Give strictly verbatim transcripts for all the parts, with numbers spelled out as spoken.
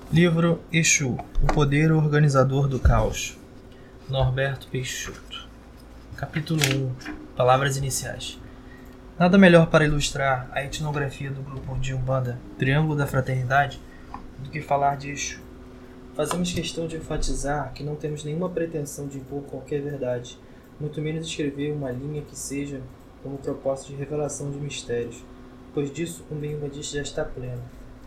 Livro Exu, o poder organizador do caos. Norberto Peixoto. Capítulo um. Palavras iniciais. Nada melhor para ilustrar a etnografia do grupo de Umbanda, Triângulo da Fraternidade, do que falar de Exu. Fazemos questão de enfatizar que não temos nenhuma pretensão de impor qualquer verdade, muito menos escrever uma linha que seja como propósito de revelação de mistérios, pois disso o meio umbandista já está pleno.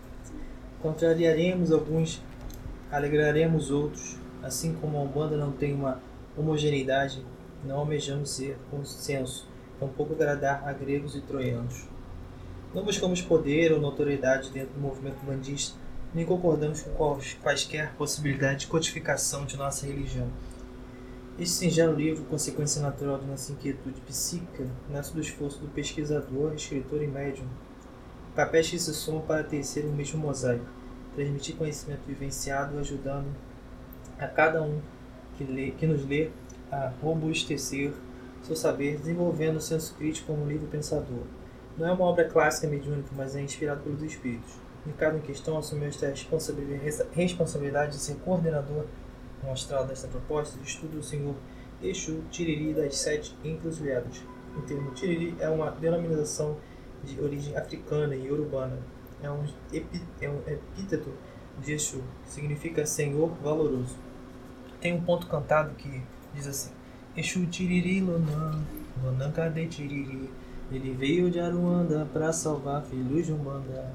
Contrariaremos alguns, alegraremos outros, assim como a Umbanda não tem uma homogeneidade, não almejamos ser consenso, tampouco agradar a gregos e troianos. Não buscamos poder ou notoriedade dentro do movimento umbandista, nem concordamos com quaisquer possibilidade de codificação de nossa religião. Este singelo livro, consequência natural de nossa inquietude psíquica, nasce do esforço do pesquisador, escritor e médium, papéis que se somam para tecer um mesmo mosaico, transmitir conhecimento vivenciado, ajudando a cada um que, lê, que nos lê a robustecer seu saber, desenvolvendo o senso crítico como um livro pensador. Não é uma obra clássica mediúnica, mas é inspirado pelos espíritos. O Ricardo em questão assumiu esta responsabilidade de ser coordenador astral desta proposta de estudo do senhor Exu Tiriri das Sete Encruzilhadas. O termo Tiriri é uma denominação de origem africana e urubana. É um, epi, é um epíteto de Exu, que significa Senhor Valoroso. Tem um ponto cantado que diz assim: Exu Tiriri Lonan, Lonan cadê Tiriri? Ele veio de Aruanda para salvar filhos de Umbanda.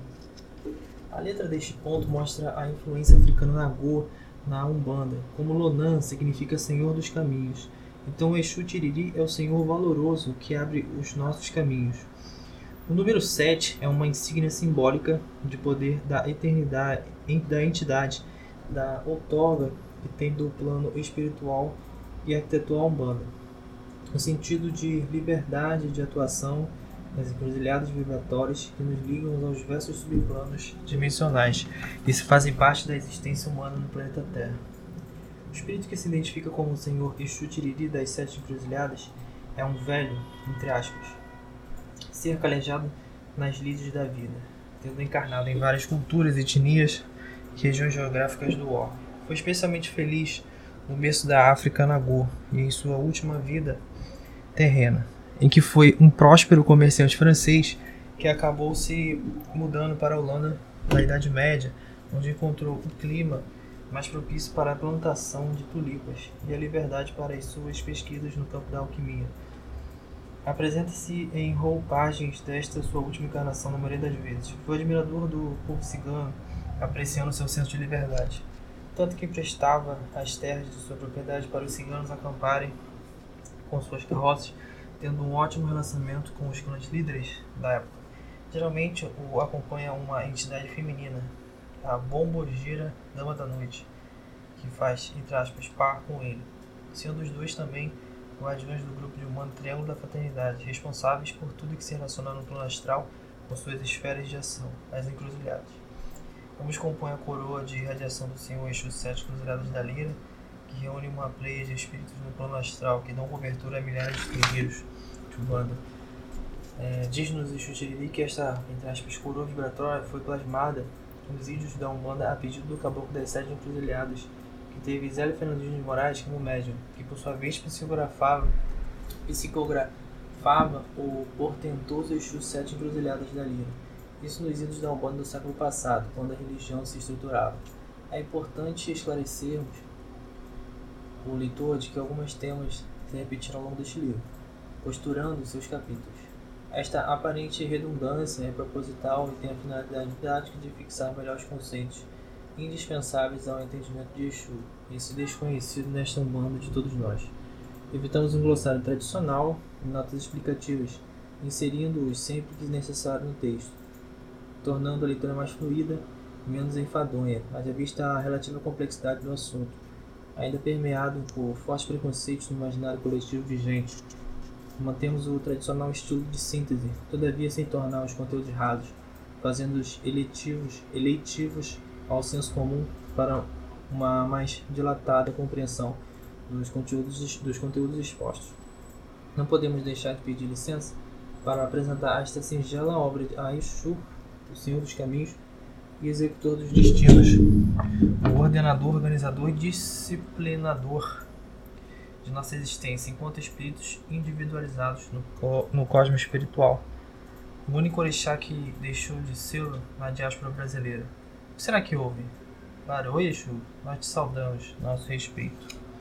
A letra deste ponto mostra a influência africana Nagô na Umbanda, como Lonan significa Senhor dos Caminhos. Então o Exu Tiriri é o Senhor Valoroso que abre os nossos caminhos. O número sete é uma insígnia simbólica de poder da eternidade, da entidade, da outorga que tem do plano espiritual e arquitetural Umbanda, no sentido de liberdade de atuação nas encruzilhadas vibratórias que nos ligam aos diversos subplanos dimensionais e se fazem parte da existência humana no planeta Terra. O espírito que se identifica como o Senhor Exu Tiriri das Sete Encruzilhadas é um velho, entre aspas, ser calejado nas lides da vida, tendo encarnado em várias culturas, etnias e regiões geográficas do orbe. Foi especialmente feliz no berço da África Nagô e em sua última vida terrena, em que foi um próspero comerciante francês que acabou se mudando para a Holanda na Idade Média, onde encontrou o clima mais propício para a plantação de tulipas e a liberdade para as suas pesquisas no campo da alquimia. Apresenta-se em roupagens desta sua última encarnação na maioria das vezes. Foi admirador do povo cigano, apreciando seu senso de liberdade, tanto que emprestava as terras de sua propriedade para os ciganos acamparem com suas carroças, tendo um ótimo relacionamento com os clãs líderes da época. Geralmente o acompanha uma entidade feminina, a Bombogira Dama da Noite, que faz, entre aspas, par com ele, sendo os dois também guardiões do grupo de Umbanda Triângulo da Fraternidade, responsáveis por tudo que se relaciona no plano astral com suas esferas de ação, as encruzilhadas. Ambos compõem a coroa de radiação do Senhor Exu Sete Encruzilhadas da Lira, que reúne uma pleia de espíritos no plano astral que dão cobertura a milhares de terreiros de Umbanda. É, Diz-nos Exu Tiriri que esta, entre aspas, coroa vibratória foi plasmada nos ídios da Umbanda a pedido do Caboclo das Sete Encruzilhadas, que teve Zélio Fernandinho de Moraes como médium, que por sua vez psicografava, psicografava o portentoso Exu Sete Encruzilhadas da Lira. Isso nos ídolos da Umbanda do século passado, quando a religião se estruturava. É importante esclarecermos o leitor de que alguns temas se repetiram ao longo deste livro, costurando seus capítulos. Esta aparente redundância é proposital e tem a finalidade prática de fixar melhor os conceitos indispensáveis ao entendimento de Exu, esse desconhecido nesta Umbanda de todos nós. Evitamos um glossário tradicional e notas explicativas, inserindo-os sempre que necessário no texto, tornando a leitura mais fluida e menos enfadonha, haja vista a relativa complexidade do assunto, ainda permeado por fortes preconceitos no imaginário coletivo vigente. Mantemos o tradicional estilo de síntese, todavia sem tornar os conteúdos rasos, fazendo-os eletivos, eleitivos ao senso comum para uma mais dilatada compreensão dos conteúdos, dos conteúdos expostos. Não podemos deixar de pedir licença para apresentar esta singela obra a Exu, o Senhor dos Caminhos, e executor dos destinos, o ordenador, organizador e disciplinador de nossa existência enquanto espíritos individualizados no, co- no cosmos espiritual. O único orixá que deixou de ser na diáspora brasileira. O que será que houve? Para o Exu, nós te saudamos, nosso respeito.